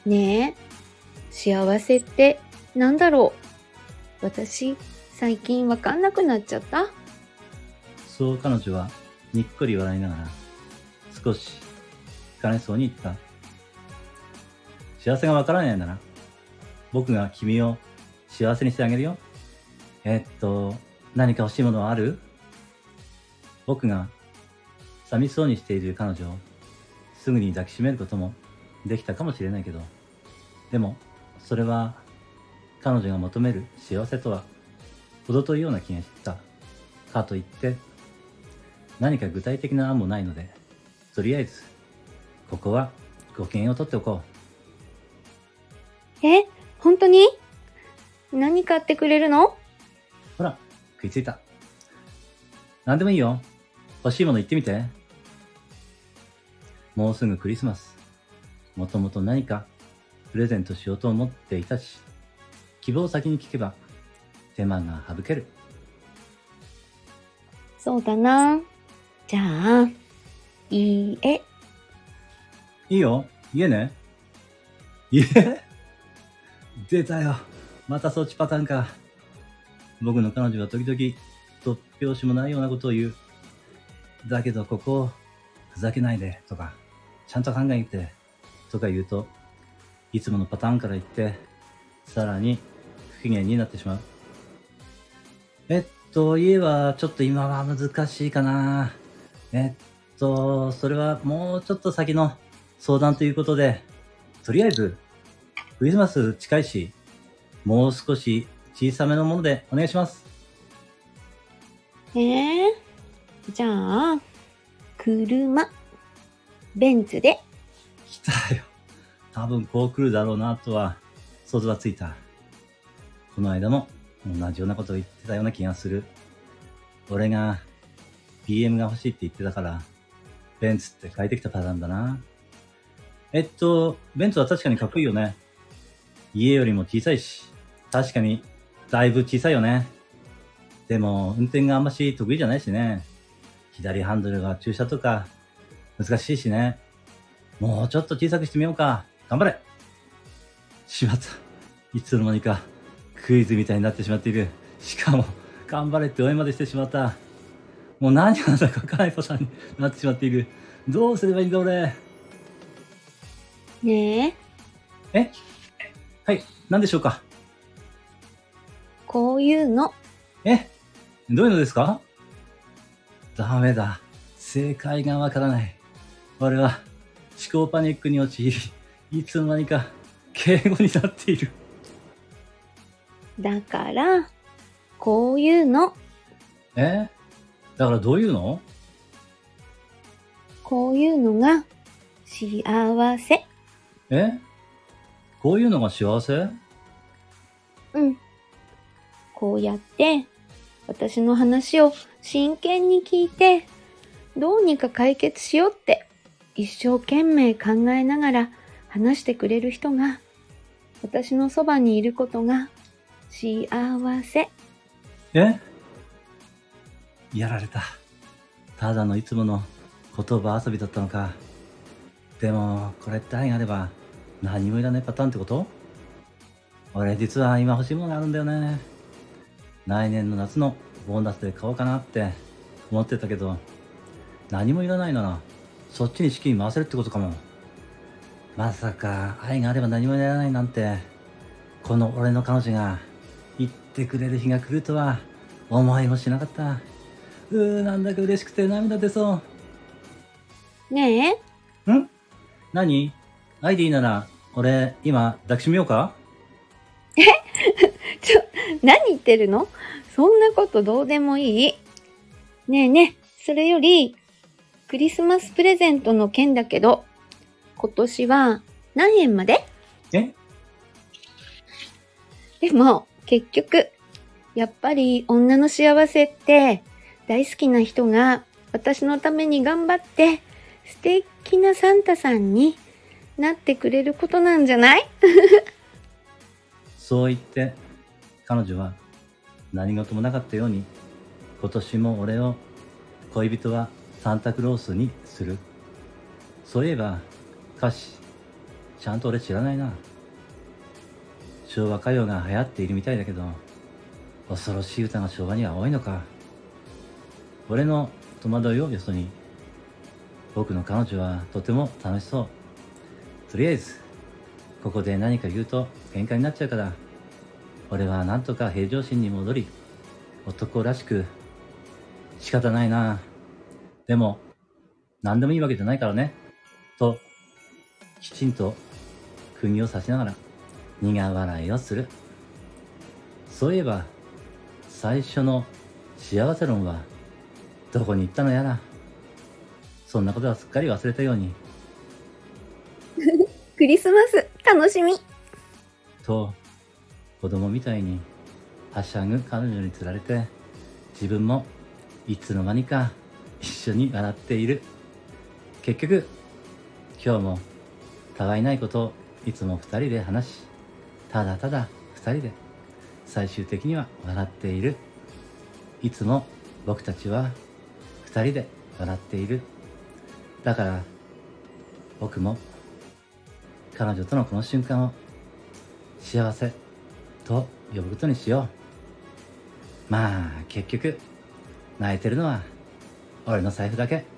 ねえ、幸せってなんだろう。私、最近わかんなくなっちゃった。 そう彼女はにっこり笑いながら少し悲しそうに言った。幸せがわからないなら僕が君を幸せにしてあげるよ。何か欲しいものはある？僕が寂しそうにしている彼女をすぐに抱きしめることもできたかもしれないけど、でもそれは彼女が求める幸せとは程遠いような気がした。かといって何か具体的な案もないので、とりあえずここはご機嫌をとっておこえ、本当に？何買ってくれるの？ う。ほら、食いついた。何でもいいよ。欲しいもの言ってみて。もうすぐクリスマス。もともと何かプレゼントしようと思っていたし、希望を先に聞けば手間が省ける。 そうだな。じゃあ、家。 いいよ。家ね。家出たよ。またそっちパターンか。僕の彼女は時々突拍子もないようなことを言う。だけどここをふざけないでとか、ちゃんと考えてとか言うと、いつものパターンから言って、さらに不機嫌になってしまう。家はちょっと今は難しいかな。それはもうちょっと先の相談ということで、とりあえず、クリスマス近いし、もう少し小さめのものでお願いします。 じゃあ、車。ベンツで。 来たよ。多分こう来るだろうなとは想像はついた。この間も同じようなことを言ってたような気がする。俺が BM が欲しいって言ってたから、ベンツって変えてきたパターンだな。ベンツは確かにかっこいいよね。家よりも小さいし、確かにだいぶ小さいよね。でも運転があんまし得意じゃないしね。左ハンドルが駐車とか難しいしね。もうちょっと小さくしてみようか。頑張れ。しまった。いつの間にかクイズみたいになってしまっている。しかも頑張れって応援までしてしまった。もう何がなんだかわからないパターンになってしまっている。どうすればいいんだ俺。 ねえ、 はい、何でしょうか。 こういうの。 どういうのですか？ダメだ。正解がわからない。俺は思考パニックに陥り、いつの間にか敬語になっている。 だから、こういうの。 だからどういうの？ こういうのが幸せ。 こういうのが幸せ？ うん。こうやって私の話を真剣に聞いて、どうにか解決しようって一生懸命考えながら話してくれる人が私のそばにいることが幸せ。 やられた。ただのいつもの言葉遊びだったのか。でもこれって愛があれば何もいらないパターンってこと？俺実は今欲しいものがあるんだよね。来年の夏のボーナスで買おうかなって思ってたけど、何もいらないならそっちに資金回せるってことかも。まさか愛があれば何もいらないなんて、この俺の彼女が言ってくれる日が来るとは思いもしなかった。なんだか嬉しくて涙出そねえ、 う。何？アイディなら俺今抱きしめようか？ 何言ってるの？そんなことどうでもいい。ねえねえ、それより、クリスマスプレゼントの件だけど、今年は何円まで？でも、結局、やっぱり女の幸せって、大好きな人が私のために頑張って、素敵なサンタさんになってくれることなんじゃない？ そう言って彼女は何事もなかったように、今年も俺を恋人はサンタクロースにする。そういえば歌詞ちゃんと俺知らないな。昭和歌謡が流行っているみたいだけど、恐ろしい歌が昭和には多いのか。俺の戸惑いをよそに、僕の彼女はとても楽しそう。とりあえず、ここで何か言うと喧嘩になっちゃうから、俺はなんとか平常心に戻り、男らしく、仕方ないな。でも、何でもいいわけじゃないからね。と、きちんと釘を刺しながら苦笑いをする。そういえば、最初の幸せ論はどこに行ったのやら。そんなことはすっかり忘れたように。 クリスマス、楽しみ。 と、子供みたいにはしゃぐ彼女につられて、自分もいつの間にか一緒に笑っている。結局、今日もたわいないことをいつも二人で話し、ただただ二人で最終的には笑っている。いつも僕たちは二人で笑っている。だから僕も彼女とのこの瞬間を幸せと呼ぶことにしよう。まあ結局泣いてるのは俺の財布だけ。